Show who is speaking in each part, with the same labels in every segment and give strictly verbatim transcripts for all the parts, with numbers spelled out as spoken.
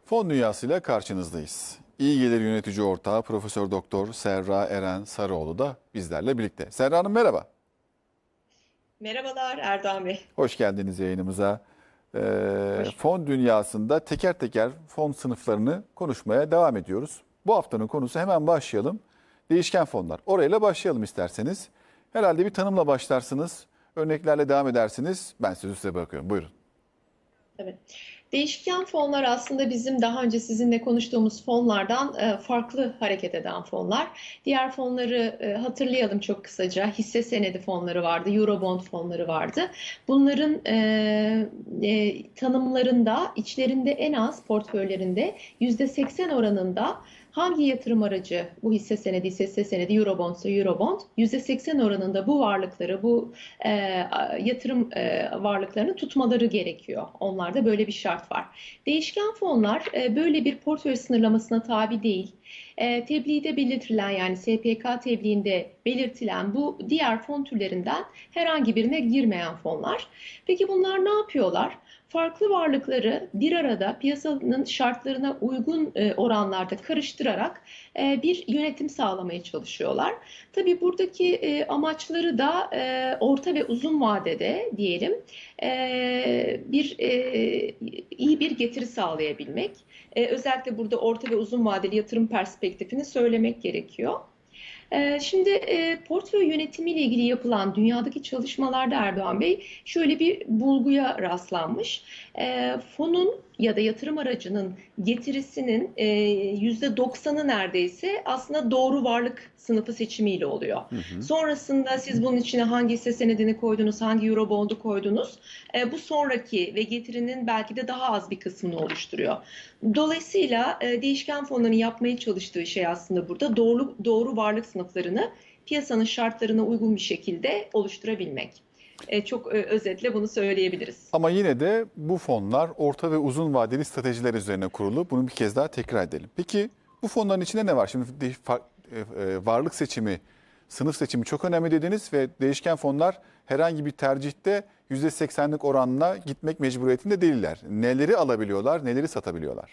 Speaker 1: Fon dünyasıyla karşınızdayız. İyi Gelir Yönetici Ortağı Profesör Doktor Serra Eren Sarıoğlu da bizlerle birlikte. Serra Hanım merhaba.
Speaker 2: Merhabalar Erdoğan Bey.
Speaker 1: Hoş geldiniz yayınımıza. Ee,
Speaker 2: Hoş.
Speaker 1: fon dünyasında teker teker fon sınıflarını konuşmaya devam ediyoruz. Bu haftanın konusu hemen başlayalım. Değişken fonlar. Orayla başlayalım isterseniz. Herhalde bir tanımla başlarsınız. Örneklerle devam edersiniz. Ben sözü size bırakıyorum. Buyurun.
Speaker 2: Evet. Değişken fonlar aslında bizim daha önce sizinle konuştuğumuz fonlardan e, farklı hareket eden fonlar. Diğer fonları e, hatırlayalım çok kısaca. Hisse senedi fonları vardı, Eurobond fonları vardı. Bunların e, e, tanımlarında, içlerinde en az portföylerinde yüzde seksen oranında hangi yatırım aracı, bu hisse senedi, hisse senedi, Eurobond ise Eurobond, yüzde seksen oranında bu varlıkları, bu e, yatırım e, varlıklarını tutmaları gerekiyor. Onlarda böyle bir şart var. Değişken fonlar e, böyle bir portföy sınırlamasına tabi değil. E, tebliğde belirtilen, yani S P K tebliğinde belirtilen bu diğer fon türlerinden herhangi birine girmeyen fonlar. Peki bunlar ne yapıyorlar? Farklı varlıkları bir arada piyasanın şartlarına uygun e, oranlarda karıştırarak e, bir yönetim sağlamaya çalışıyorlar. Tabii buradaki e, amaçları da e, orta ve uzun vadede diyelim e, bir e, iyi bir getiri sağlayabilmek. E, özellikle burada orta ve uzun vadeli yatırım perspektifini söylemek gerekiyor. Ee, Şimdi e, portföy yönetimiyle ilgili yapılan dünyadaki çalışmalarda Erdoğan Bey şöyle bir bulguya rastlanmış. Ee, Fonun ya da yatırım aracının getirisinin e, yüzde doksanı neredeyse aslında doğru varlık sınıfı seçimiyle oluyor.
Speaker 1: Hı hı.
Speaker 2: Sonrasında siz bunun içine hangi hisse senedini koydunuz, hangi Eurobond'u koydunuz, e, bu sonraki ve getirinin belki de daha az bir kısmını oluşturuyor. Dolayısıyla e, değişken fonların yapmaya çalıştığı şey aslında burada doğru, doğru varlık sınıflarını piyasanın şartlarına uygun bir şekilde oluşturabilmek. E, çok e, özetle bunu söyleyebiliriz.
Speaker 1: Ama yine de bu fonlar orta ve uzun vadeli stratejiler üzerine kurulu. Bunu bir kez daha tekrar edelim. Peki bu fonların içinde ne var? Şimdi de- fa- e, e, varlık seçimi, sınıf seçimi çok önemli dediniz ve değişken fonlar herhangi bir tercihte yüzde seksenlik oranla gitmek mecburiyetinde değiller. Neleri alabiliyorlar, neleri satabiliyorlar?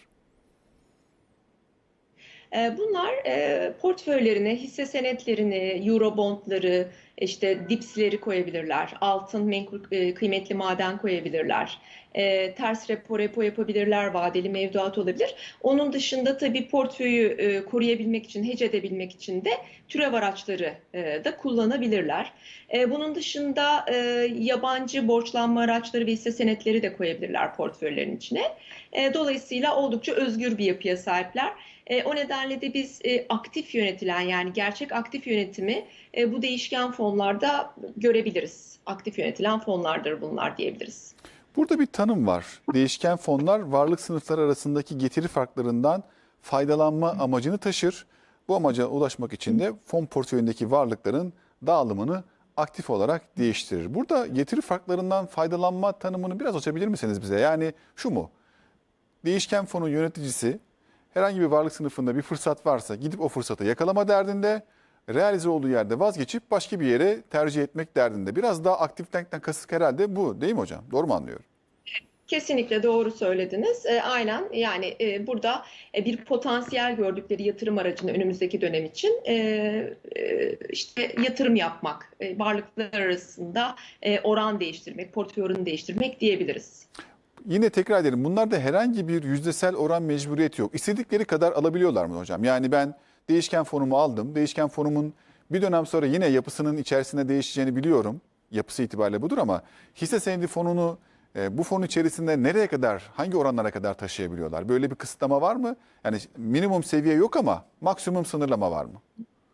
Speaker 2: E, Bunlar e, portföylerine hisse senetlerini, eurobondları, işte dipsleri koyabilirler, altın, menkul e, kıymetli maden koyabilirler, e, ters repo repo yapabilirler, vadeli mevduat olabilir. Onun dışında tabii portföyü e, koruyabilmek için, hedge edebilmek için de türev araçları e, da kullanabilirler. E, bunun dışında e, yabancı borçlanma araçları ve hisse senetleri de koyabilirler portföylerin içine. E, dolayısıyla oldukça özgür bir yapıya sahipler. E, o nedenle de biz e, aktif yönetilen, yani gerçek aktif yönetimi e, bu değişken fonlarda görebiliriz. Aktif yönetilen fonlardır bunlar diyebiliriz.
Speaker 1: Burada bir tanım var. Değişken fonlar varlık sınıfları arasındaki getiri farklarından faydalanma amacını taşır. Bu amaca ulaşmak için de fon portföyündeki varlıkların dağılımını aktif olarak değiştirir. Burada getiri farklarından faydalanma tanımını biraz açabilir misiniz bize? Yani şu mu? Değişken fonun yöneticisi herhangi bir varlık sınıfında bir fırsat varsa gidip o fırsatı yakalama derdinde, realize olduğu yerde vazgeçip başka bir yere tercih etmek derdinde. Biraz daha aktiften kasıt herhalde bu değil mi hocam? Doğru mu anlıyorum?
Speaker 2: Kesinlikle doğru söylediniz. E, aynen, yani e, burada e, bir potansiyel gördükleri yatırım aracını önümüzdeki dönem için e, e, işte yatırım yapmak, e, varlıklar arasında e, oran değiştirmek, portföy oranı değiştirmek diyebiliriz.
Speaker 1: Yine tekrar edelim. Bunlarda herhangi bir yüzdesel oran mecburiyeti yok. İstedikleri kadar alabiliyorlar mı hocam? Yani ben değişken fonumu aldım. Değişken fonumun bir dönem sonra yine yapısının içerisinde değişeceğini biliyorum. Yapısı itibariyle budur ama hisse senedi fonunu e, bu fon içerisinde nereye kadar, hangi oranlara kadar taşıyabiliyorlar? Böyle bir kısıtlama var mı? Yani minimum seviye yok ama maksimum sınırlama var mı?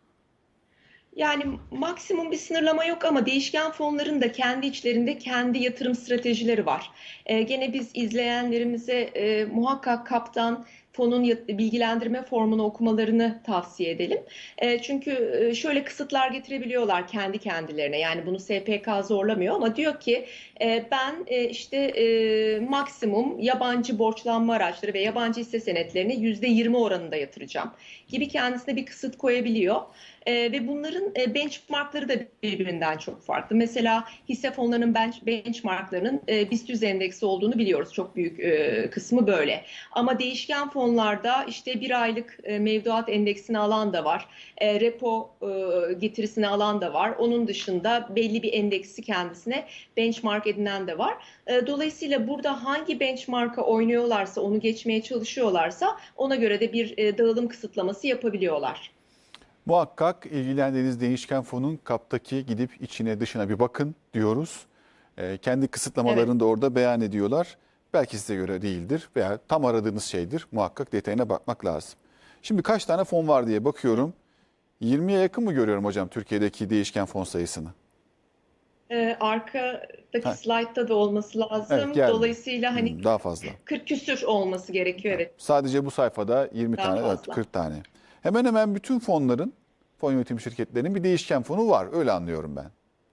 Speaker 2: Yani maksimum bir sınırlama yok ama değişken fonların da kendi içlerinde kendi yatırım stratejileri var. Ee, gene biz izleyenlerimize e, muhakkak kaptan fonun bilgilendirme formunu okumalarını tavsiye edelim. E, çünkü e, şöyle kısıtlar getirebiliyorlar kendi kendilerine. Yani bunu S P K zorlamıyor ama diyor ki e, ben e, işte e, maksimum yabancı borçlanma araçları ve yabancı hisse senetlerini yüzde yirmi oranında yatıracağım gibi kendisine bir kısıt koyabiliyor. E, ve bunların e, benchmarkları da birbirinden çok farklı. Mesela hisse fonlarının bench, benchmarklarının e, BIST yüz endeksi olduğunu biliyoruz. Çok büyük e, kısmı böyle. Ama değişken fonlarda işte bir aylık e, mevduat endeksini alan da var. E, repo e, getirisini alan da var. Onun dışında belli bir endeksi kendisine benchmark edinen de var. E, dolayısıyla burada hangi benchmark'a oynuyorlarsa, onu geçmeye çalışıyorlarsa ona göre de bir e, dağılım kısıtlaması yapabiliyorlar.
Speaker 1: Muhakkak ilgilendiğiniz değişken fonun kaptaki gidip içine dışına bir bakın diyoruz. Ee, kendi kısıtlamalarını
Speaker 2: Evet.
Speaker 1: da orada beyan ediyorlar. Belki size göre değildir veya tam aradığınız şeydir. Muhakkak detayına bakmak lazım. Şimdi kaç tane fon var diye bakıyorum. yirmiye yakın mı görüyorum hocam Türkiye'deki değişken fon sayısını?
Speaker 2: E, arkadaki
Speaker 1: Ha,
Speaker 2: slaytta da olması
Speaker 1: evet
Speaker 2: lazım.
Speaker 1: geldi.
Speaker 2: Dolayısıyla hani
Speaker 1: Hmm, daha fazla.
Speaker 2: kırk küsür olması gerekiyor. Evet,
Speaker 1: Sadece bu sayfada yirmi
Speaker 2: daha
Speaker 1: tane, evet
Speaker 2: fazla.
Speaker 1: kırk tane. Hemen hemen bütün fonların, fon yönetim şirketlerinin bir değişken fonu var. Öyle anlıyorum ben.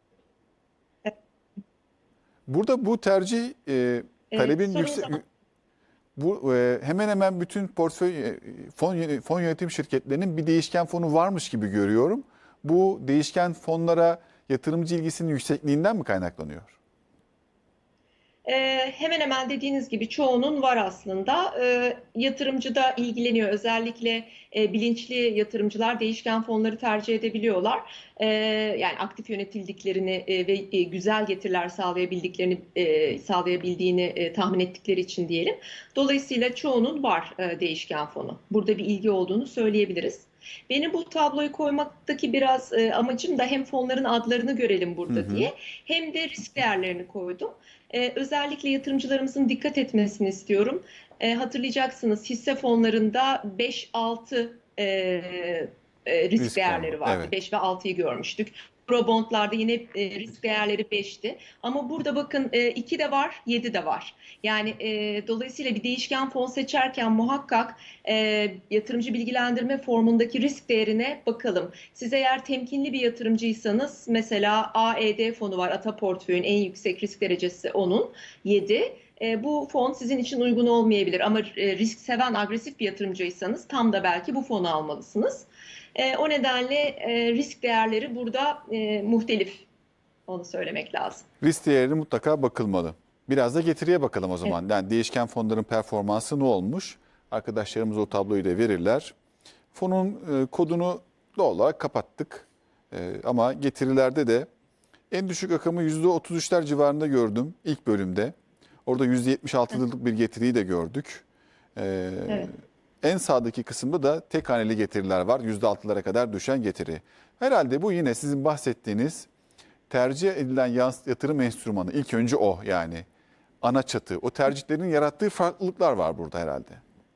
Speaker 1: Burada bu tercih e,
Speaker 2: E,
Speaker 1: talebin
Speaker 2: sorunuz
Speaker 1: yüksek bu e, hemen hemen bütün portföy e, fon yö- fon yönetim şirketlerinin bir değişken fonu varmış gibi görüyorum. Bu değişken fonlara yatırımcı ilgisinin yüksekliğinden mi kaynaklanıyor?
Speaker 2: Ee, hemen hemen dediğiniz gibi çoğunun var aslında. Ee, yatırımcı da ilgileniyor. Özellikle e, bilinçli yatırımcılar değişken fonları tercih edebiliyorlar. Ee, yani aktif yönetildiklerini e, ve e, güzel getiriler sağlayabildiklerini e, sağlayabildiğini e, tahmin ettikleri için diyelim. Dolayısıyla çoğunun var e, değişken fonu. Burada bir ilgi olduğunu söyleyebiliriz. Benim bu tabloyu koymaktaki biraz e, amacım da hem fonların adlarını görelim
Speaker 1: Hı
Speaker 2: burada
Speaker 1: hı.
Speaker 2: diye hem de risk değerlerini koydum. Ee, özellikle yatırımcılarımızın dikkat etmesini istiyorum. Ee, hatırlayacaksınız hisse fonlarında beş altı e, e, risk
Speaker 1: Risk fonu.
Speaker 2: değerleri vardı.
Speaker 1: Evet.
Speaker 2: beş ve altıyı görmüştük. Eurobondlarda yine e, risk değerleri beşti. Ama burada bakın e, iki de var, yedi de var. Yani e, dolayısıyla bir değişken fon seçerken muhakkak e, yatırımcı bilgilendirme formundaki risk değerine bakalım. Siz eğer temkinli bir yatırımcıysanız mesela A E D fonu var. Ata Portföy'ün en yüksek risk derecesi onun yedi. E, bu fon sizin için uygun olmayabilir ama e, risk seven agresif bir yatırımcıysanız tam da belki bu fonu almalısınız. E, o nedenle e, risk değerleri burada e, muhtelif. Onu söylemek lazım.
Speaker 1: Risk değerine mutlaka bakılmalı. Biraz da getiriye bakalım o
Speaker 2: Evet.
Speaker 1: zaman. Yani değişken fonların performansı ne olmuş? Arkadaşlarımız o tabloyu da verirler. Fonun e, kodunu doğal olarak kapattık. E, ama getirilerde de en düşük akımı yüzde otuz üçler civarında gördüm ilk bölümde. Orada yüzde yetmiş altılık bir getiriyi de gördük. E,
Speaker 2: Evet.
Speaker 1: En sağdaki kısımda da tek haneli getiriler var. yüzde altılara kadar düşen getiri. Herhalde bu yine sizin bahsettiğiniz tercih edilen yans- yatırım enstrümanı. İlk önce o yani. Ana çatı. O tercihlerin yarattığı farklılıklar var burada herhalde.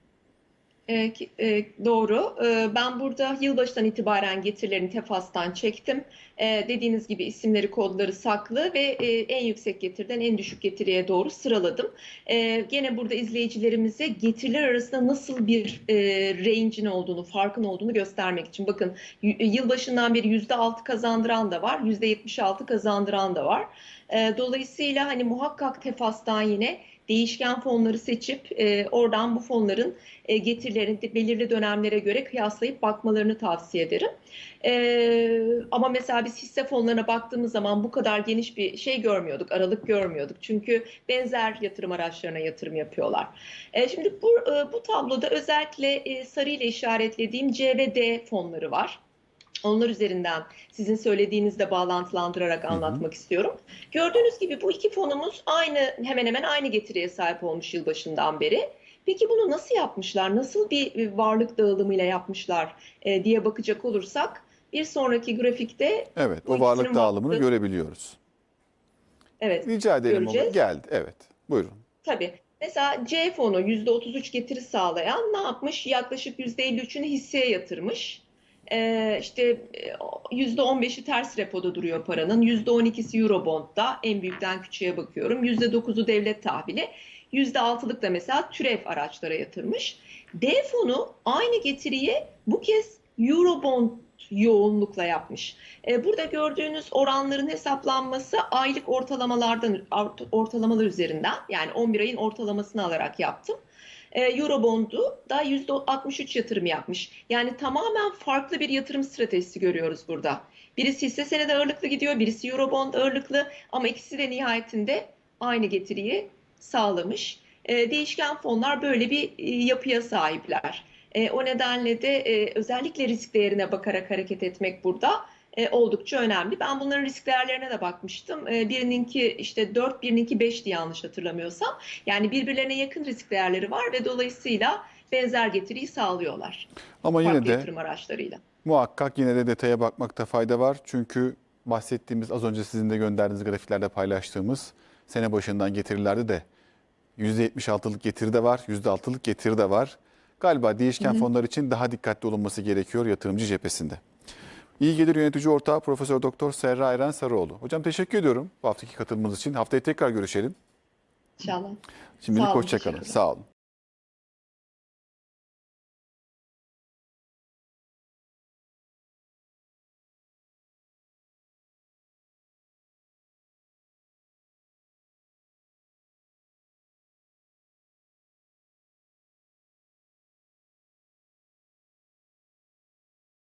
Speaker 2: E, ki- e, doğru. E, ben burada yılbaşından itibaren getirilerini Tefas'tan çektim. E, dediğiniz gibi isimleri, kodları saklı ve e, en yüksek getiriden en düşük getiriye doğru sıraladım. E, gene burada izleyicilerimize getiriler arasında nasıl bir e, range'in olduğunu, farkın olduğunu göstermek için. Bakın y- yılbaşından beri yüzde altı kazandıran da var, yüzde yetmiş altı kazandıran da var. E, dolayısıyla hani muhakkak Tefas'tan yine değişken fonları seçip e, oradan bu fonların e, getirilerini de belirli dönemlere göre kıyaslayıp bakmalarını tavsiye ederim. E, ama mesela biz hisse fonlarına baktığımız zaman bu kadar geniş bir şey görmüyorduk, aralık görmüyorduk. Çünkü benzer yatırım araçlarına yatırım yapıyorlar. E, şimdi bu, e, bu tabloda özellikle e, sarı ile işaretlediğim C ve D fonları var. Onlar üzerinden sizin söylediğinizle bağlantılandırarak
Speaker 1: Hı hı.
Speaker 2: anlatmak istiyorum. Gördüğünüz gibi bu iki fonumuz aynı, hemen hemen aynı getiriye sahip olmuş yılbaşından beri. Peki bunu nasıl yapmışlar? Nasıl bir varlık dağılımıyla yapmışlar e, diye bakacak olursak bir sonraki grafikte
Speaker 1: Evet,
Speaker 2: bu
Speaker 1: o varlık
Speaker 2: ikisinin
Speaker 1: dağılımını
Speaker 2: varlığı,
Speaker 1: görebiliyoruz.
Speaker 2: evet,
Speaker 1: Rica edelim onu.
Speaker 2: göreceğiz.
Speaker 1: Geldi. Evet. Buyurun.
Speaker 2: Tabii. Mesela C fonu yüzde otuz üç getiri sağlayan ne yapmış? Yaklaşık yüzde elli üçünü hisseye yatırmış. Ee, işte e, yüzde on beşi ters repoda duruyor paranın. yüzde on ikisi Eurobond'da. En büyükten küçüğe bakıyorum. yüzde dokuzu devlet tahvili. yüzde altılık da mesela türev araçlara yatırmış. D fonu aynı getiriyi bu kez Eurobond yoğunlukla yapmış. E, burada gördüğünüz oranların hesaplanması aylık ortalamalardan ortalamalar üzerinden yani on bir ayın ortalamasını alarak yaptım. E, Eurobond'u da yüzde altmış üç yatırım yapmış. Yani tamamen farklı bir yatırım stratejisi görüyoruz burada. Birisi hisse senedi ağırlıklı gidiyor, birisi Eurobond ağırlıklı ama ikisi de nihayetinde aynı getiriyi sağlamış. E, değişken fonlar böyle bir e, yapıya sahipler. E, o nedenle de e, özellikle risk değerine bakarak hareket etmek burada e, oldukça önemli. Ben bunların risk değerlerine de bakmıştım. E, birininki işte dört, birininki beşti yanlış hatırlamıyorsam. Yani birbirlerine yakın risk değerleri var ve dolayısıyla benzer getiriyi sağlıyorlar.
Speaker 1: Ama yine
Speaker 2: Farklı
Speaker 1: de
Speaker 2: yatırım araçlarıyla.
Speaker 1: muhakkak yine de detaya bakmakta fayda var. Çünkü bahsettiğimiz, az önce sizin de gönderdiğiniz grafiklerde paylaştığımız sene başından getirilerde de yüzde yetmiş altılık getiri de var, yüzde altılık getiri de var. Galiba değişken
Speaker 2: Hı hı.
Speaker 1: fonlar için daha dikkatli olunması gerekiyor yatırımcı cephesinde. İyi Gelir Yönetici Ortağı Profesör Doktor Serra Eren Sarıoğlu. Hocam teşekkür ediyorum bu haftaki katılımınız için. Haftaya tekrar görüşelim.
Speaker 2: İnşallah.
Speaker 1: Şimdilik
Speaker 2: Sağ olun,
Speaker 1: hoşça kalın.
Speaker 2: teşekkürler.
Speaker 1: Sağ olun.